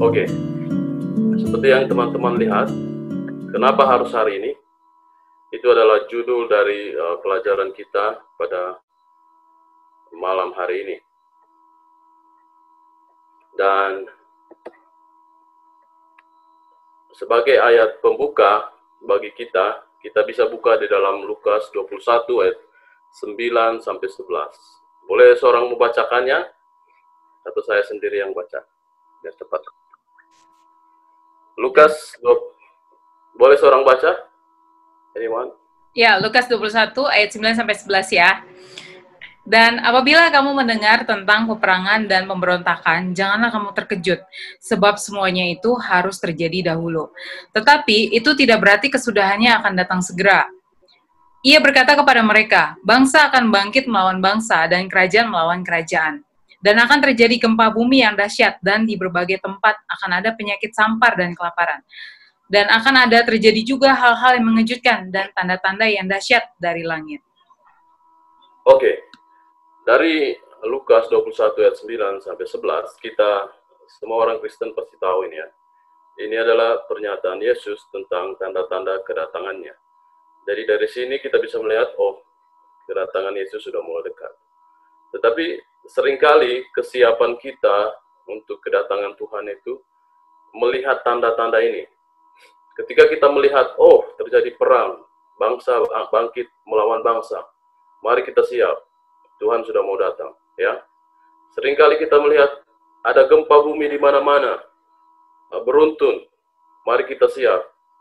Oke, seperti yang teman-teman lihat, kenapa harus hari ini? Itu adalah judul dari pelajaran kita pada malam hari ini. Dan sebagai ayat pembuka bagi kita, kita bisa buka di dalam Lukas 21 ayat 9 sampai 11. Boleh seorang membacakannya atau saya sendiri yang baca? Biar cepat. Lukas, boleh seorang baca? Anyone? Ya, Lukas 21 ayat 9 sampai 11 ya. Dan apabila kamu mendengar tentang peperangan dan pemberontakan, janganlah kamu terkejut, sebab semuanya itu harus terjadi dahulu. Tetapi itu tidak berarti kesudahannya akan datang segera. Ia berkata kepada mereka, bangsa akan bangkit melawan bangsa dan kerajaan melawan kerajaan. Dan akan terjadi gempa bumi yang dahsyat, dan di berbagai tempat akan ada penyakit sampar dan kelaparan. Dan akan ada terjadi juga hal-hal yang mengejutkan dan tanda-tanda yang dahsyat dari langit. Oke. Dari Lukas 21 ayat 9 sampai 11, kita semua orang Kristen pasti tahu ini ya. Ini adalah pernyataan Yesus tentang tanda-tanda kedatangannya. Jadi dari sini kita bisa melihat, oh, kedatangan Yesus sudah mulai dekat. Tetapi seringkali kesiapan kita untuk kedatangan Tuhan itu melihat tanda-tanda ini. Ketika kita melihat, oh, terjadi perang, bangsa bangkit melawan bangsa, mari kita siap. Tuhan sudah mau datang, ya. Seringkali kita melihat ada gempa bumi di mana-mana, beruntun. Mari kita siap.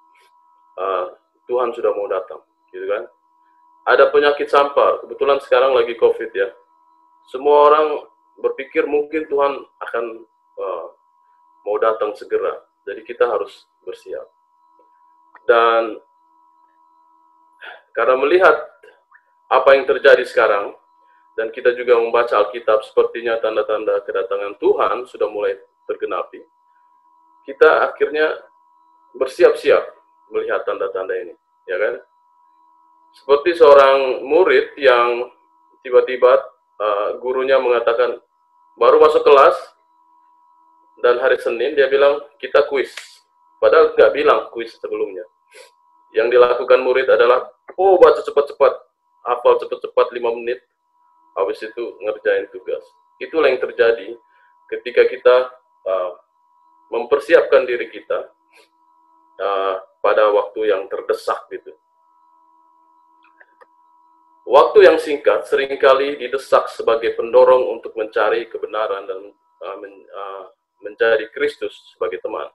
Tuhan sudah mau datang, gitu kan? Ada penyakit sampar. Kebetulan sekarang lagi COVID ya. Semua orang berpikir mungkin Tuhan akan mau datang segera. Jadi kita harus bersiap. Dan karena melihat apa yang terjadi sekarang, dan kita juga membaca Alkitab sepertinya tanda-tanda kedatangan Tuhan sudah mulai tergenapi. Kita akhirnya bersiap-siap melihat tanda-tanda ini, ya kan? Seperti seorang murid yang tiba-tiba gurunya mengatakan baru masuk kelas dan hari Senin dia bilang kita kuis. Padahal nggak bilang kuis sebelumnya. Yang dilakukan murid adalah baca cepat-cepat, hafal cepat-cepat 5 menit. Habis itu ngerjain tugas. Itulah yang terjadi ketika kita mempersiapkan diri kita pada waktu yang terdesak gitu. Waktu yang singkat seringkali didesak sebagai pendorong untuk mencari kebenaran dan mencari Kristus sebagai teman.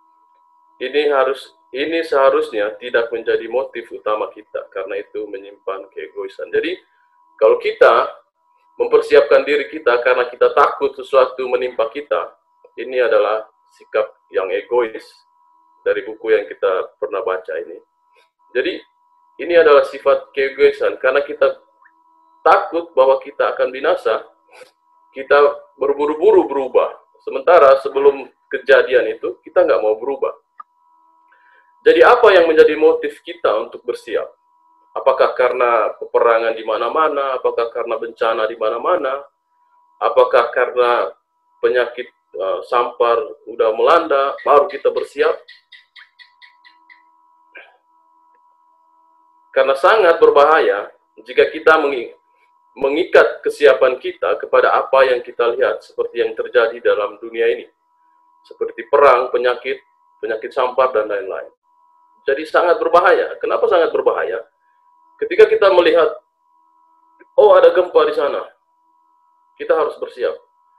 Ini seharusnya tidak menjadi motif utama kita, karena itu menyimpan keegoisan. Jadi kalau kita mempersiapkan diri kita karena kita takut sesuatu menimpa kita, ini adalah sikap yang egois dari buku yang kita pernah baca ini. Jadi, ini adalah sifat keegoisan. Karena kita takut bahwa kita akan binasa, kita berburu-buru berubah. Sementara sebelum kejadian itu, kita nggak mau berubah. Jadi, apa yang menjadi motif kita untuk bersiap? Apakah karena peperangan di mana-mana? Apakah karena bencana di mana-mana? Apakah karena penyakit sampar udah melanda, baru kita bersiap? Karena sangat berbahaya jika kita mengikat kesiapan kita kepada apa yang kita lihat seperti yang terjadi dalam dunia ini. Seperti perang, penyakit sampar, dan lain-lain. Jadi sangat berbahaya. Kenapa sangat berbahaya? Ketika kita melihat, ada gempa di sana, kita harus bersiap.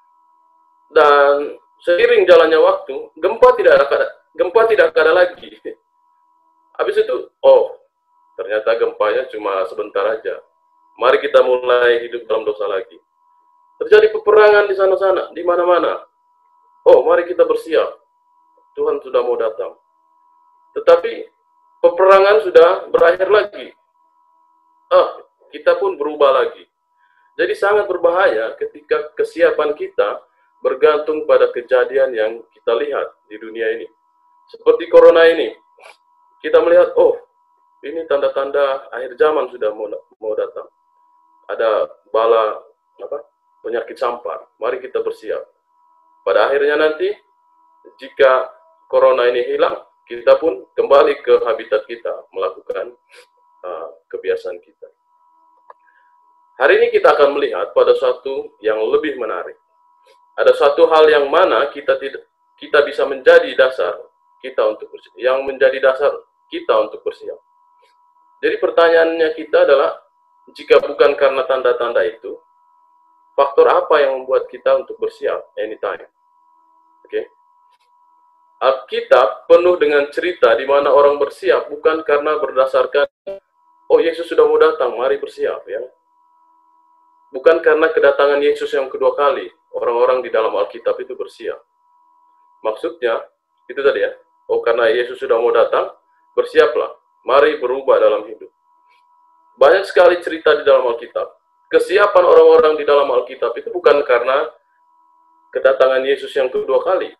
Dan seiring jalannya waktu, gempa tidak ada lagi. Habis itu, ternyata gempanya cuma sebentar aja. Mari kita mulai hidup dalam dosa lagi. Terjadi peperangan di sana-sana, di mana-mana. Mari kita bersiap. Tuhan sudah mau datang. Tetapi peperangan sudah berakhir lagi. Kita pun berubah lagi. Jadi sangat berbahaya ketika kesiapan kita bergantung pada kejadian yang kita lihat di dunia ini. Seperti corona ini. Kita melihat, ini tanda-tanda akhir zaman sudah mau datang. Ada penyakit sampar. Mari kita bersiap. Pada akhirnya nanti jika corona ini hilang, kita pun kembali ke habitat kita, melakukan kebiasaan kita. Hari ini kita akan melihat pada suatu yang lebih menarik. Ada suatu hal yang mana kita bisa menjadi dasar kita untuk bersiap, yang menjadi dasar kita untuk bersiap. Jadi pertanyaannya kita adalah, jika bukan karena tanda-tanda itu, faktor apa yang membuat kita untuk bersiap anytime? Oke. Alkitab penuh dengan cerita di mana orang bersiap bukan karena berdasarkan, oh Yesus sudah mau datang, mari bersiap, ya. Bukan karena kedatangan Yesus yang kedua kali, orang-orang di dalam Alkitab itu bersiap. Maksudnya, itu tadi ya, oh karena Yesus sudah mau datang, bersiaplah, mari berubah dalam hidup. Banyak sekali cerita di dalam Alkitab. Kesiapan orang-orang di dalam Alkitab itu bukan karena kedatangan Yesus yang kedua kali.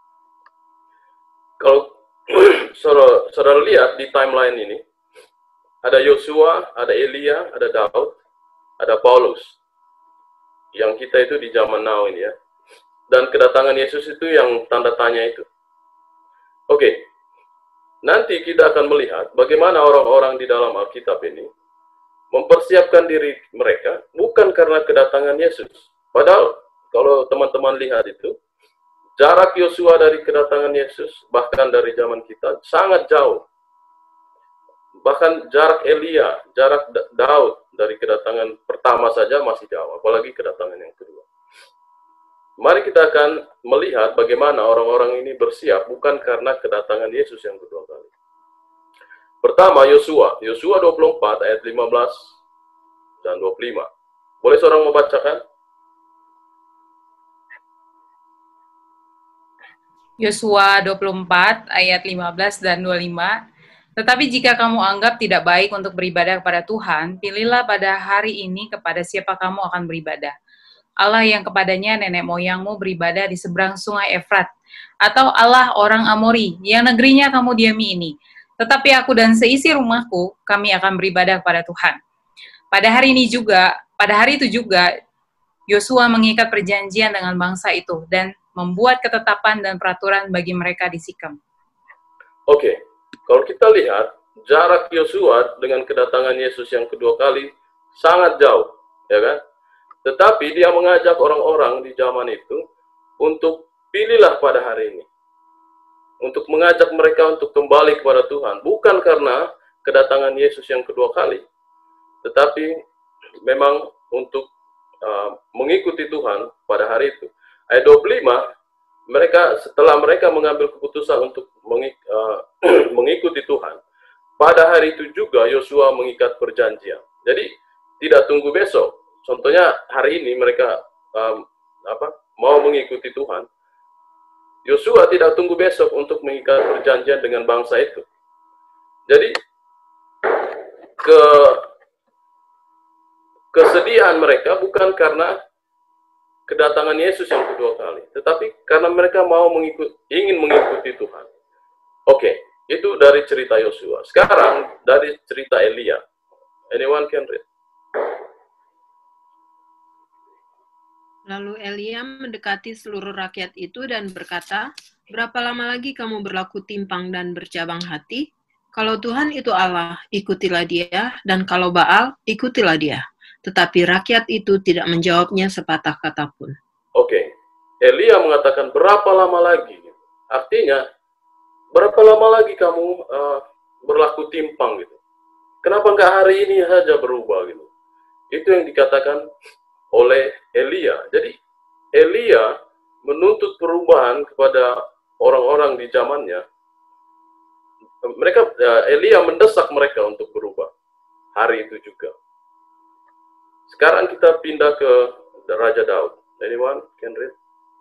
Kalau saudara lihat di timeline ini, ada Yosua, ada Elia, ada Daud, ada Paulus. Yang kita itu di zaman now ini ya. Dan kedatangan Yesus itu yang tanda tanya itu. Oke. Nanti kita akan melihat bagaimana orang-orang di dalam Alkitab ini mempersiapkan diri mereka bukan karena kedatangan Yesus. Padahal kalau teman-teman lihat itu, jarak Yosua dari kedatangan Yesus, bahkan dari zaman kita, sangat jauh. Bahkan jarak Elia, jarak Daud dari kedatangan pertama saja masih jauh, apalagi kedatangan yang kedua. Mari kita akan melihat bagaimana orang-orang ini bersiap bukan karena kedatangan Yesus yang kedua kali. Pertama, Yosua 24 ayat 15 dan 25. Boleh seorang membacakan? Yosua 24 ayat 15 dan 25. Tetapi jika kamu anggap tidak baik untuk beribadah kepada Tuhan, pilihlah pada hari ini kepada siapa kamu akan beribadah. Allah yang kepadanya nenek moyangmu beribadah di seberang sungai Efrat, atau Allah orang Amori, yang negerinya kamu diami ini. Tetapi aku dan seisi rumahku, kami akan beribadah kepada Tuhan. Pada hari itu juga, Yosua mengikat perjanjian dengan bangsa itu, dan membuat ketetapan dan peraturan bagi mereka di Sikem. Oke. Kalau kita lihat, jarak Yosua dengan kedatangan Yesus yang kedua kali sangat jauh, ya kan? Tetapi dia mengajak orang-orang di zaman itu untuk pilihlah pada hari ini. Untuk mengajak mereka untuk kembali kepada Tuhan. Bukan karena kedatangan Yesus yang kedua kali, tetapi memang untuk mengikuti Tuhan pada hari itu. Ayat 25, setelah mereka mengambil keputusan untuk mengikuti Tuhan, pada hari itu juga Yosua mengikat perjanjian. Jadi tidak tunggu besok. Contohnya hari ini mereka mau mengikuti Tuhan. Yosua tidak tunggu besok untuk mengikat perjanjian dengan bangsa itu. Jadi kesediaan mereka bukan karena kedatangan Yesus yang kedua kali, tetapi karena mereka ingin mengikuti Tuhan. Oke, itu dari cerita Yosua. Sekarang dari cerita Elia. Anyone can read? Lalu Elia mendekati seluruh rakyat itu dan berkata, berapa lama lagi kamu berlaku timpang dan bercabang hati? Kalau Tuhan itu Allah, ikutilah dia, dan kalau Baal, ikutilah dia. Tetapi rakyat itu tidak menjawabnya sepatah kata pun. Oke. Elia mengatakan, berapa lama lagi? Artinya, berapa lama lagi kamu berlaku timpang gitu? Kenapa nggak hari ini saja berubah gitu? Itu yang dikatakan oleh Elia. Jadi, Elia menuntut perubahan kepada orang-orang di zamannya. Elia mendesak mereka untuk berubah hari itu juga. Sekarang kita pindah ke Raja Daud. Anyone can read?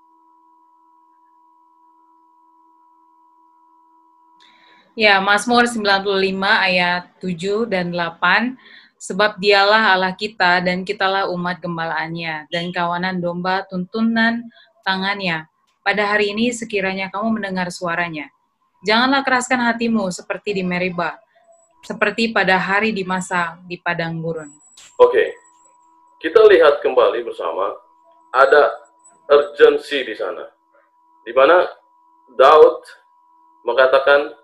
Ya, Mazmur 95 ayat 7 dan 8. Sebab dialah Allah kita dan kitalah umat gembalaannya dan kawanan domba tuntunan tangannya. Pada hari ini sekiranya kamu mendengar suaranya. Janganlah keraskan hatimu seperti di Meriba, seperti pada hari di masa di padang gurun. Oke. Kita lihat kembali bersama, ada urgency di sana. Di mana Daud mengatakan,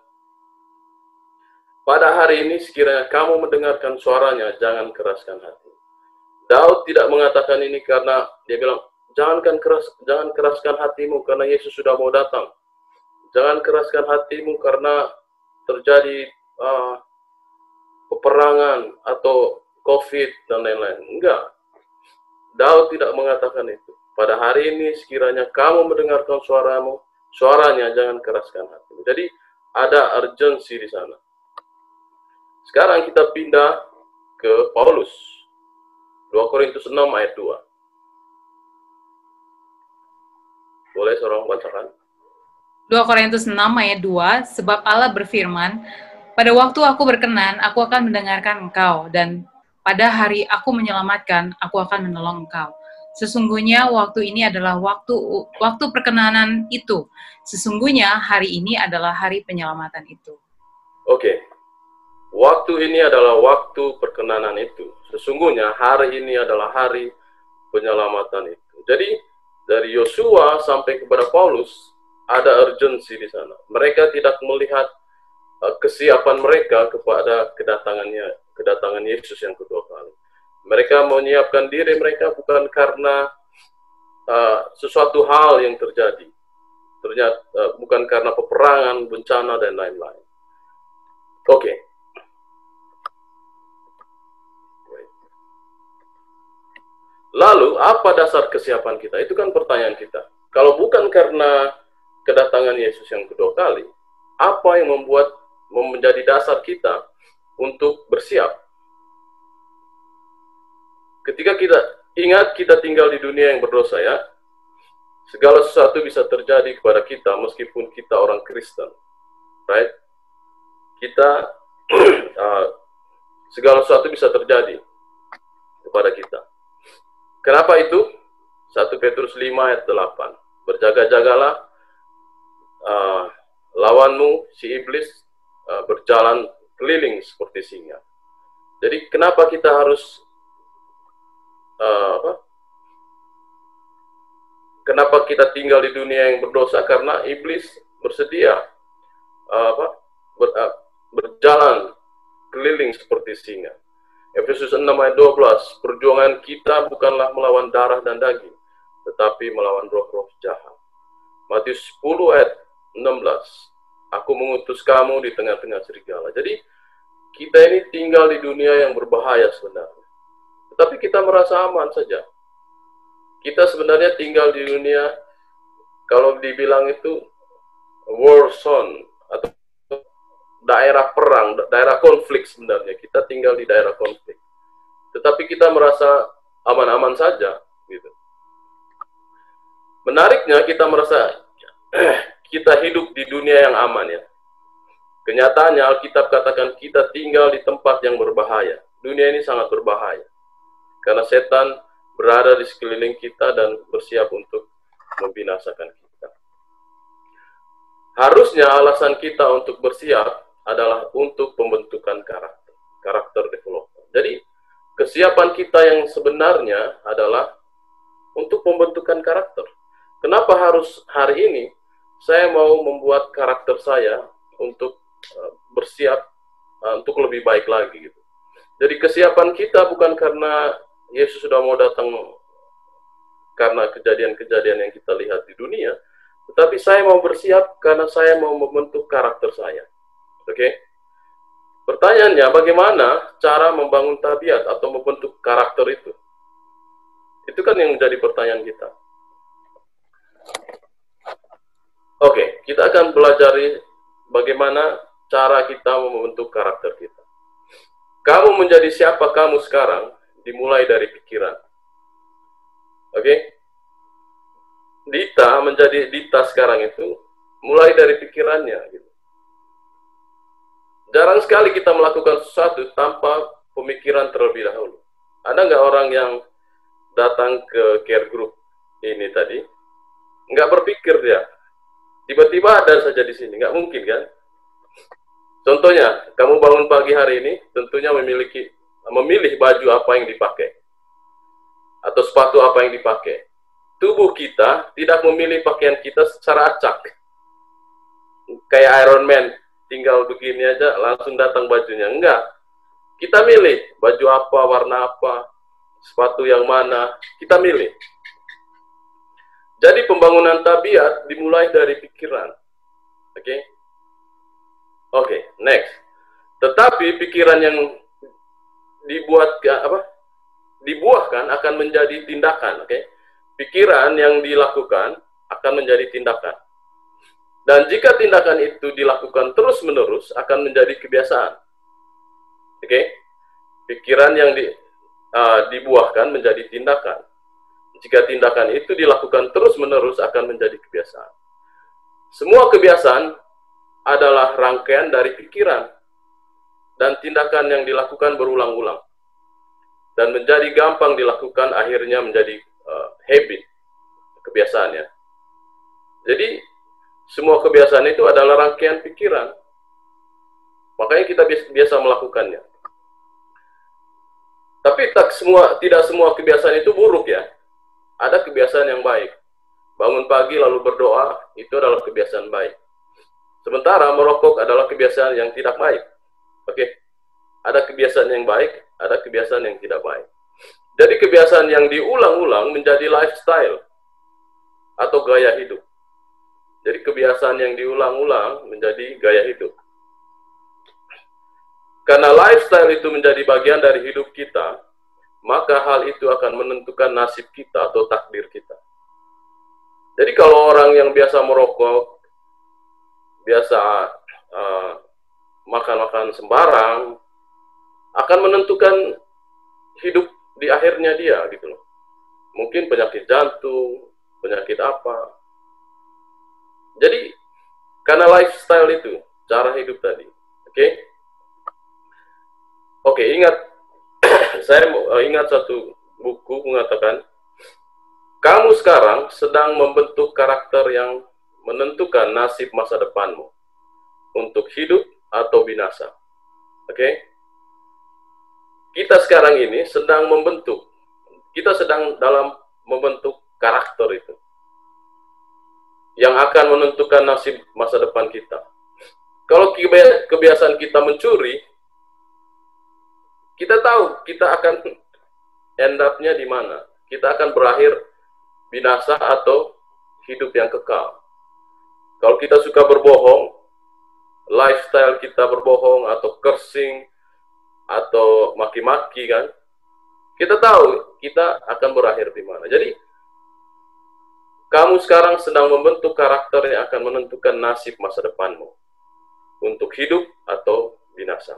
pada hari ini sekiranya kamu mendengarkan suaranya, jangan keraskan hati. Daud tidak mengatakan ini karena dia bilang, jangan keraskan hatimu karena Yesus sudah mau datang. Jangan keraskan hatimu karena terjadi peperangan atau COVID dan lain-lain. Enggak. Daud tidak mengatakan itu. Pada hari ini sekiranya kamu mendengarkan suaranya jangan keraskan hatimu. Jadi ada urgensi di sana. Sekarang kita pindah ke Paulus. 2 Korintus 6 ayat 2. Boleh seorang bacakan? 2 Korintus 6 ayat 2, sebab Allah berfirman, pada waktu aku berkenan, aku akan mendengarkan engkau, dan pada hari aku menyelamatkan, aku akan menolong engkau. Sesungguhnya waktu ini adalah waktu perkenanan itu. Sesungguhnya hari ini adalah hari penyelamatan itu. Oke. Waktu ini adalah waktu perkenanan itu. Sesungguhnya hari ini adalah hari penyelamatan itu. Jadi dari Yosua sampai kepada Paulus ada urgensi di sana. Mereka tidak melihat kesiapan mereka kepada kedatangan Yesus yang kedua kali. Mereka menyiapkan diri mereka bukan karena sesuatu hal yang terjadi. Ternyata bukan karena peperangan, bencana dan lain-lain. Oke. Lalu, apa dasar kesiapan kita? Itu kan pertanyaan kita. Kalau bukan karena kedatangan Yesus yang kedua kali, apa yang menjadi dasar kita untuk bersiap? Ketika kita tinggal di dunia yang berdosa ya, segala sesuatu bisa terjadi kepada kita meskipun kita orang Kristen. Right? Segala sesuatu bisa terjadi kepada kita. Kenapa itu? 1 Petrus 5 ayat 8. Berjaga-jagalah, lawanmu si iblis berjalan keliling seperti singa. Jadi kenapa kita harus kenapa kita tinggal di dunia yang berdosa? Karena iblis bersedia berjalan keliling seperti singa. Efesus 6 ayat 12, perjuangan kita bukanlah melawan darah dan daging, tetapi melawan roh-roh jahat. Matius 10 ayat 16, aku mengutus kamu di tengah-tengah serigala. Jadi, kita ini tinggal di dunia yang berbahaya sebenarnya. Tetapi kita merasa aman saja. Kita sebenarnya tinggal di dunia, kalau dibilang itu, war zone, atau daerah perang, daerah konflik sebenarnya. Kita tinggal di daerah konflik. Tetapi kita merasa aman-aman saja. Gitu. Menariknya kita merasa kita hidup di dunia yang aman ya. Kenyataannya Alkitab katakan kita tinggal di tempat yang berbahaya. Dunia ini sangat berbahaya. Karena setan berada di sekeliling kita dan bersiap untuk membinasakan kita. Harusnya alasan kita untuk bersiap adalah untuk pembentukan karakter development. Jadi, kesiapan kita yang sebenarnya adalah untuk pembentukan karakter. Kenapa harus hari ini saya mau membuat karakter saya untuk bersiap untuk lebih baik lagi gitu. Jadi kesiapan kita bukan karena Yesus sudah mau datang karena kejadian-kejadian yang kita lihat di dunia, tetapi saya mau bersiap karena saya mau membentuk karakter saya. Oke? Pertanyaannya, bagaimana cara membangun tabiat atau membentuk karakter itu? Itu kan yang menjadi pertanyaan kita. Oke, kita akan belajar bagaimana cara kita membentuk karakter kita. Kamu menjadi siapa kamu sekarang dimulai dari pikiran. Oke? Dita menjadi Dita sekarang itu mulai dari pikirannya gitu. Jarang sekali kita melakukan sesuatu tanpa pemikiran terlebih dahulu. Ada nggak orang yang datang ke care group ini tadi, nggak berpikir dia, tiba-tiba ada saja di sini, nggak mungkin kan? Contohnya, kamu bangun pagi hari ini, tentunya memilih baju apa yang dipakai, atau sepatu apa yang dipakai. Tubuh kita tidak memilih pakaian kita secara acak. kayak Iron Man, tinggal begini aja langsung datang bajunya. Enggak. Kita milih baju apa, warna apa, sepatu yang mana, kita milih. Jadi pembangunan tabiat dimulai dari pikiran. Oke? Oke, next. Tetapi pikiran yang dibuahkan akan menjadi tindakan, oke? Pikiran yang dilakukan akan menjadi tindakan. Dan jika tindakan itu dilakukan terus-menerus akan menjadi kebiasaan. Oke? Pikiran yang dibuahkan menjadi tindakan. Jika tindakan itu dilakukan terus-menerus akan menjadi kebiasaan. Semua kebiasaan adalah rangkaian dari pikiran dan tindakan yang dilakukan berulang-ulang. Dan menjadi gampang dilakukan akhirnya menjadi habit, kebiasaannya. Jadi semua kebiasaan itu adalah rangkaian pikiran. Makanya kita biasa melakukannya. Tapi tidak semua kebiasaan itu buruk ya. Ada kebiasaan yang baik. Bangun pagi lalu berdoa, itu adalah kebiasaan baik. Sementara merokok adalah kebiasaan yang tidak baik. Oke. Ada kebiasaan yang baik, ada kebiasaan yang tidak baik. Jadi kebiasaan yang diulang-ulang menjadi lifestyle atau gaya hidup. Jadi kebiasaan yang diulang-ulang menjadi gaya hidup. Karena lifestyle itu menjadi bagian dari hidup kita, maka hal itu akan menentukan nasib kita atau takdir kita. Jadi kalau orang yang biasa merokok, biasa makan-makan sembarang, akan menentukan hidup di akhirnya dia gitu loh. Mungkin penyakit jantung, penyakit apa. Jadi karena lifestyle itu, cara hidup tadi. Oke? Oke, ingat saya ingat satu buku mengatakan kamu sekarang sedang membentuk karakter yang menentukan nasib masa depanmu untuk hidup atau binasa. Oke? Kita sekarang ini sedang dalam membentuk karakter itu yang akan menentukan nasib masa depan kita. Kalau kebiasaan kita mencuri, kita tahu kita akan end up-nya di mana. Kita akan berakhir binasa atau hidup yang kekal. Kalau kita suka berbohong, lifestyle kita berbohong atau cursing atau maki-maki kan, kita tahu kita akan berakhir di mana. Jadi kamu sekarang sedang membentuk karakter yang akan menentukan nasib masa depanmu untuk hidup atau binasa.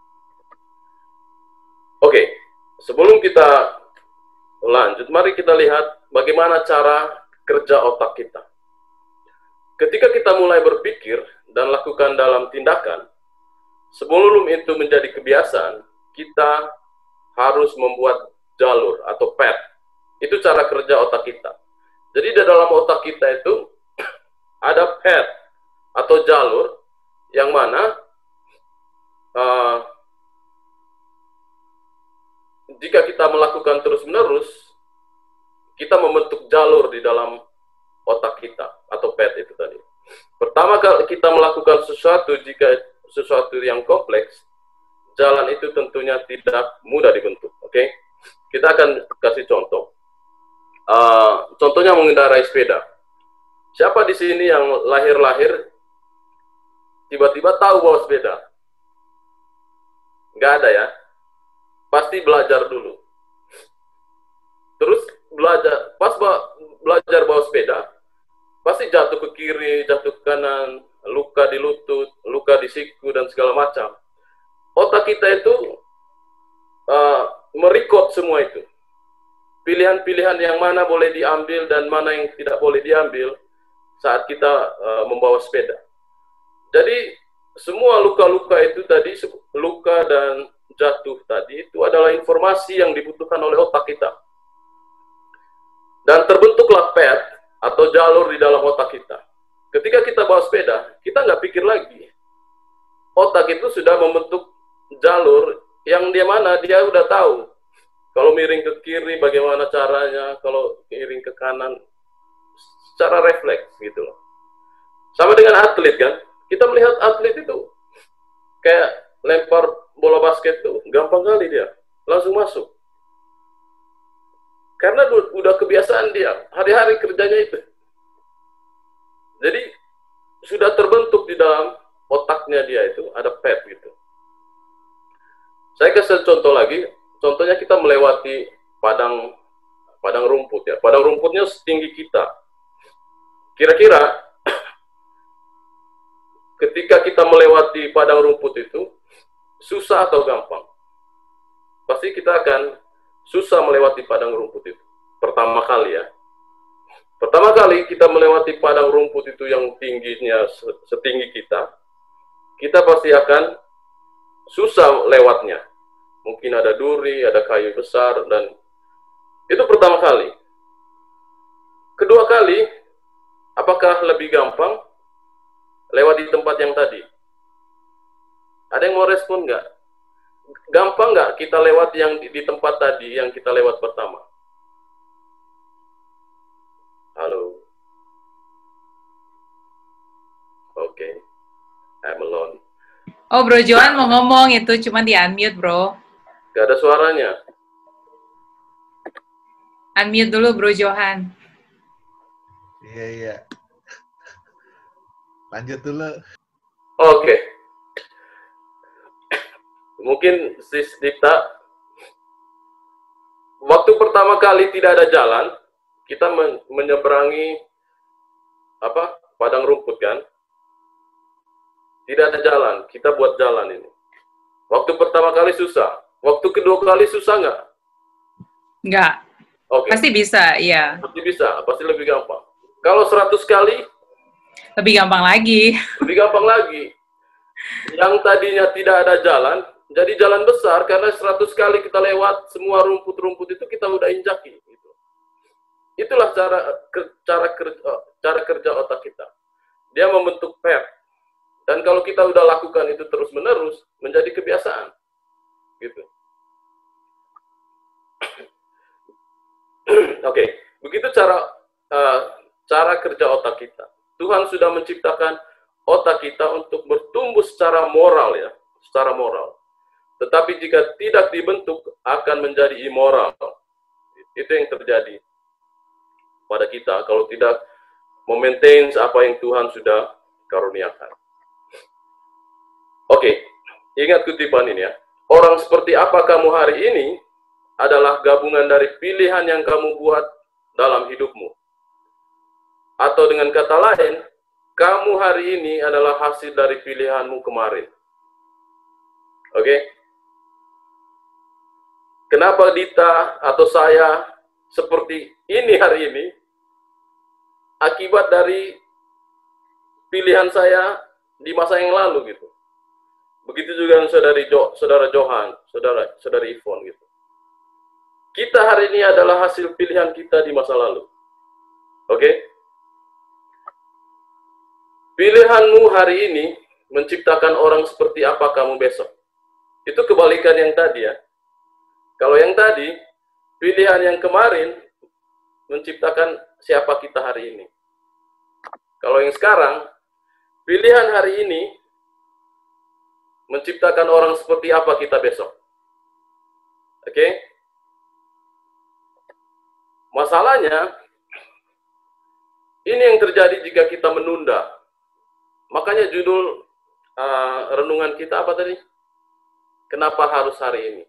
Oke, sebelum kita lanjut, mari kita lihat bagaimana cara kerja otak kita. Ketika kita mulai berpikir dan lakukan dalam tindakan, sebelum itu menjadi kebiasaan, kita harus membuat jalur atau path. Itu cara kerja otak kita. Jadi di dalam otak kita itu ada path atau jalur yang mana jika kita melakukan terus-menerus, kita membentuk jalur di dalam otak kita atau path itu tadi. Pertama kali kita melakukan sesuatu, jika sesuatu yang kompleks, jalan itu tentunya tidak mudah dibentuk. Oke? Kita akan kasih contoh. Contohnya mengendarai sepeda. Siapa di sini yang lahir-lahir tiba-tiba tahu bawa sepeda? Nggak ada ya? Pasti belajar dulu. Terus belajar bawa sepeda, pasti jatuh ke kiri, jatuh ke kanan, luka di lutut, luka di siku, dan segala macam. Otak kita itu merekod semua itu. Pilihan-pilihan yang mana boleh diambil dan mana yang tidak boleh diambil saat kita membawa sepeda. Jadi semua luka-luka itu tadi, luka dan jatuh tadi, itu adalah informasi yang dibutuhkan oleh otak kita. Dan terbentuklah path atau jalur di dalam otak kita. Ketika kita bawa sepeda, kita nggak pikir lagi. Otak itu sudah membentuk jalur yang dia mana dia udah tahu. Kalau miring ke kiri bagaimana caranya, kalau miring ke kanan secara refleks gitu loh. Sama dengan atlet kan, Kita melihat atlet itu kayak lempar bola basket tuh gampang kali dia, langsung masuk. Karena udah kebiasaan dia, hari-hari kerjanya itu. Jadi sudah terbentuk di dalam otaknya dia itu, ada pet gitu. Saya kasih contoh lagi, contohnya kita melewati padang rumput ya. Padang rumputnya setinggi kita. Kira-kira ketika kita melewati padang rumput itu, susah atau gampang? Pasti kita akan susah melewati padang rumput itu. Pertama kali ya. Pertama kali kita melewati padang rumput itu yang tingginya setinggi kita pasti akan susah lewatnya. Mungkin ada duri, ada kayu besar, dan itu pertama kali. Kedua kali, apakah lebih gampang lewat di tempat yang tadi? Ada yang mau respon nggak? Gampang nggak kita lewat yang di tempat tadi yang kita lewat pertama? Halo? Oke. I'm alone. Oh, Bro Johan mau ngomong itu, cuma di-unmute, Bro. Gak ada suaranya. Unmute dulu, Bro Johan. Iya. Lanjut dulu. Oke. Mungkin Sis Dita, waktu pertama kali tidak ada jalan, kita menyeberangi padang rumput kan? Tidak ada jalan, kita buat jalan ini. Waktu pertama kali susah. Waktu kedua kali susah nggak? Nggak. Oke. Pasti bisa, iya. Pasti bisa, pasti lebih gampang. Kalau 100 kali, Lebih gampang lagi. lebih gampang lagi. Yang tadinya tidak ada jalan, jadi jalan besar karena 100 kali kita lewat semua rumput-rumput itu kita udah injaki. Gitu. Itulah cara kerja otak kita. Dia membentuk pet. Dan kalau kita udah lakukan itu terus-menerus, menjadi kebiasaan. Gitu. Oke, begitu cara kerja otak kita. Tuhan sudah menciptakan otak kita untuk bertumbuh secara moral ya, secara moral. Tetapi jika tidak dibentuk akan menjadi immoral. Itu yang terjadi pada kita kalau tidak memaintain apa yang Tuhan sudah karuniakan. Oke, ingat kutipan ini ya. Orang seperti apa kamu hari ini adalah gabungan dari pilihan yang kamu buat dalam hidupmu. Atau dengan kata lain, kamu hari ini adalah hasil dari pilihanmu kemarin. Oke? Kenapa Dita atau saya seperti ini hari ini? Akibat dari pilihan saya di masa yang lalu gitu. Begitu juga dengan saudara Johan, saudari Yvonne gitu. Kita hari ini adalah hasil pilihan kita di masa lalu. Oke? Pilihanmu hari ini menciptakan orang seperti apa kamu besok. Itu kebalikan yang tadi ya. Kalau yang tadi, pilihan yang kemarin menciptakan siapa kita hari ini. Kalau yang sekarang, pilihan hari ini menciptakan orang seperti apa kita besok. Oke? Masalahnya, ini yang terjadi jika kita menunda. Makanya judul renungan kita apa tadi? Kenapa harus hari ini?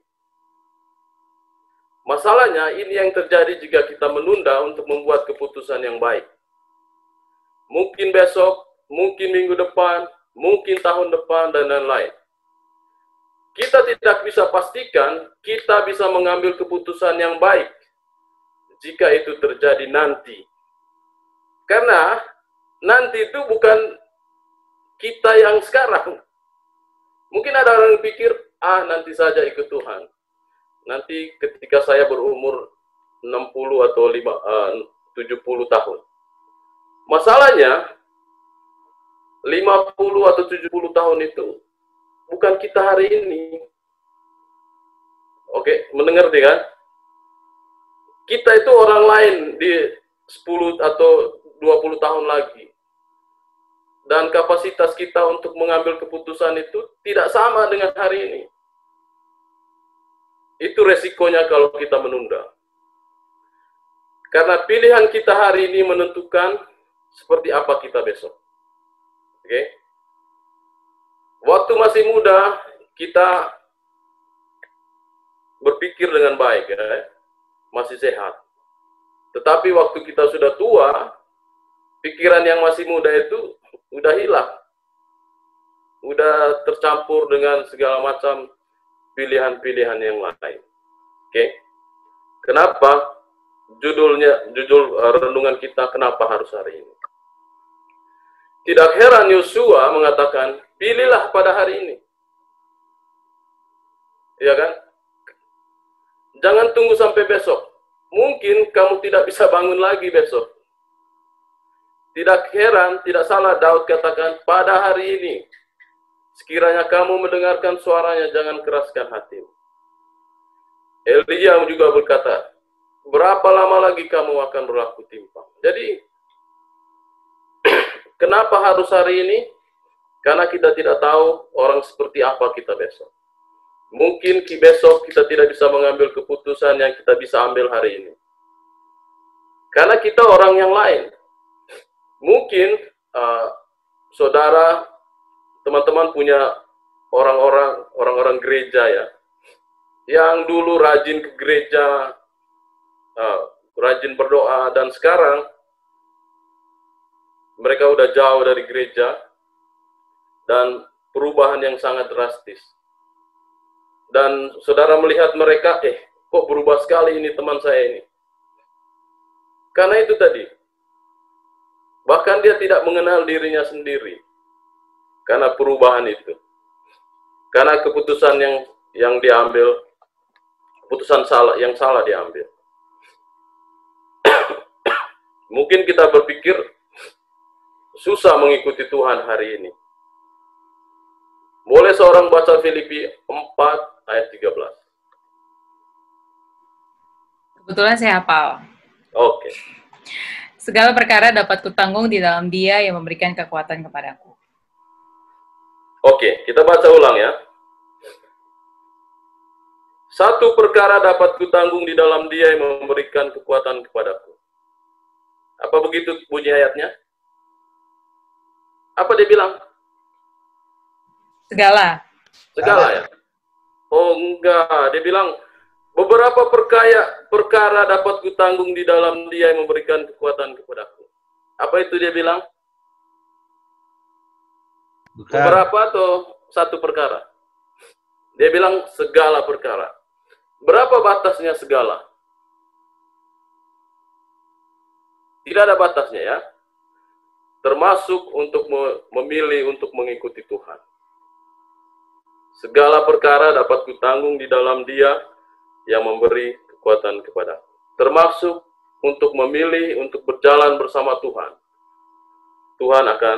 Masalahnya ini yang terjadi jika kita menunda untuk membuat keputusan yang baik. Mungkin besok, mungkin minggu depan, mungkin tahun depan, dan lain-lain. Kita tidak bisa pastikan kita bisa mengambil keputusan yang baik jika itu terjadi nanti. Karena nanti itu bukan kita yang sekarang. Mungkin ada orang yang pikir, nanti saja ikut Tuhan. Nanti ketika saya berumur 60 atau 70 tahun. Masalahnya, 50 atau 70 tahun itu bukan kita hari ini. Oke, mengerti kan? Kita itu orang lain di 10 atau 20 tahun lagi. dan kapasitas kita untuk mengambil keputusan itu tidak sama dengan hari ini. Itu resikonya kalau kita menunda. Karena pilihan kita hari ini menentukan seperti apa kita besok. Oke? Waktu masih muda, kita berpikir dengan baik, ya, masih sehat. Tetapi waktu kita sudah tua, pikiran yang masih muda itu udah hilang. Udah tercampur dengan segala macam pilihan-pilihan yang lain. Oke? Kenapa? Judul renungan kita, kenapa harus hari ini? Tidak heran Yosua mengatakan, pilihlah pada hari ini. Iya kan? Jangan tunggu sampai besok. Mungkin kamu tidak bisa bangun lagi besok. Tidak heran, tidak salah Daud katakan, pada hari ini, sekiranya kamu mendengarkan suaranya, jangan keraskan hatimu. Elia juga berkata, berapa lama lagi kamu akan berlaku timpang? Jadi, kenapa harus hari ini? Karena kita tidak tahu orang seperti apa kita besok. Mungkin besok kita tidak bisa mengambil keputusan yang kita bisa ambil hari ini. Karena kita orang yang lain. Mungkin saudara, teman-teman punya orang-orang gereja ya, yang dulu rajin ke gereja, rajin berdoa, dan sekarang mereka udah jauh dari gereja, dan perubahan yang sangat drastis. Dan saudara melihat mereka, kok berubah sekali ini teman saya ini. Karena itu tadi, bahkan dia tidak mengenal dirinya sendiri. Karena perubahan itu. Karena keputusan yang diambil, keputusan yang salah diambil. Mungkin kita berpikir, susah mengikuti Tuhan hari ini. Boleh seorang baca Filipi 4 ayat 13. Kebetulan saya hafal. Oke. Segala perkara dapat kutanggung di dalam Dia yang memberikan kekuatan kepadaku. Oke, kita baca ulang ya. Satu perkara dapat kutanggung di dalam Dia yang memberikan kekuatan kepadaku. Apa begitu bunyi ayatnya? Apa dia bilang? Segala. Segala ya? Oh enggak, dia bilang beberapa perkara dapat kutanggung di dalam Dia yang memberikan kekuatan kepadaku. Apa itu dia bilang? Bukan. Beberapa atau satu perkara? Dia bilang segala perkara. Berapa batasnya segala? Tidak ada batasnya ya. Termasuk untuk memilih untuk mengikuti Tuhan. Segala perkara dapat kutanggung di dalam Dia yang memberi kekuatan kepadaku. Termasuk untuk memilih untuk berjalan bersama Tuhan. Tuhan akan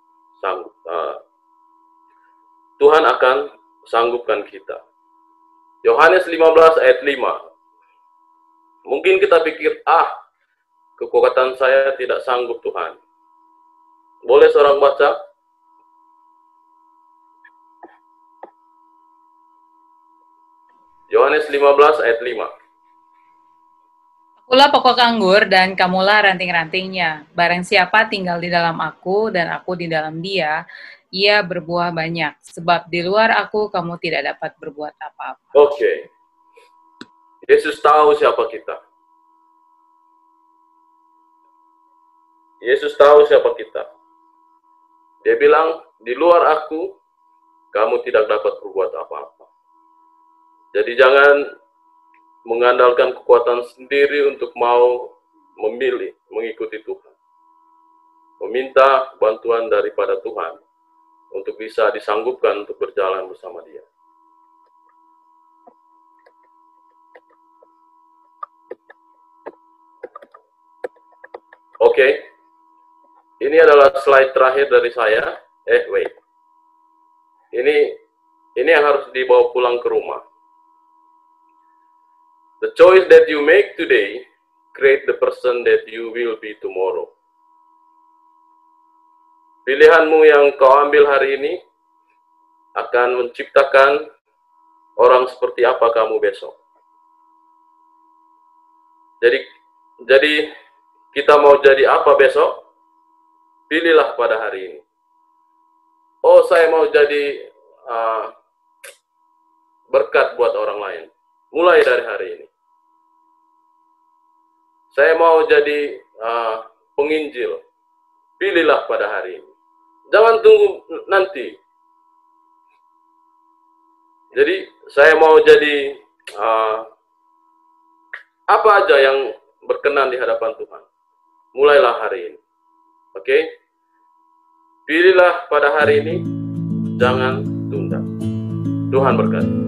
sanggupkan kita. Yohanes 15 ayat 5. Mungkin kita pikir, kekuatan saya tidak sanggup Tuhan. Boleh seorang baca? Yohanes 15 ayat 5. Akulah pokok anggur dan kamulah ranting-rantingnya. Barang siapa tinggal di dalam aku dan aku di dalam dia, ia berbuah banyak. Sebab di luar aku kamu tidak dapat berbuat apa-apa. Oke. Yesus tahu siapa kita. Yesus tahu siapa kita. Dia bilang, di luar aku, kamu tidak dapat berbuat apa-apa. Jadi jangan mengandalkan kekuatan sendiri untuk mau memilih, mengikuti Tuhan. Meminta bantuan daripada Tuhan untuk bisa disanggupkan untuk berjalan bersama Dia. Oke. Ini adalah slide terakhir dari saya. Ini yang harus dibawa pulang ke rumah. The choice that you make today create the person that you will be tomorrow. Pilihanmu yang kau ambil hari ini akan menciptakan orang seperti apa kamu besok. Jadi kita mau jadi apa besok? Pilihlah pada hari ini. Oh, saya mau jadi berkat buat orang lain. Mulai dari hari ini. Saya mau jadi penginjil. Pilihlah pada hari ini. Jangan tunggu nanti. Jadi saya mau jadi apa aja yang berkenan di hadapan Tuhan. Mulailah hari ini. Oke? Pilihlah pada hari ini. Jangan tunda. Tuhan berkati.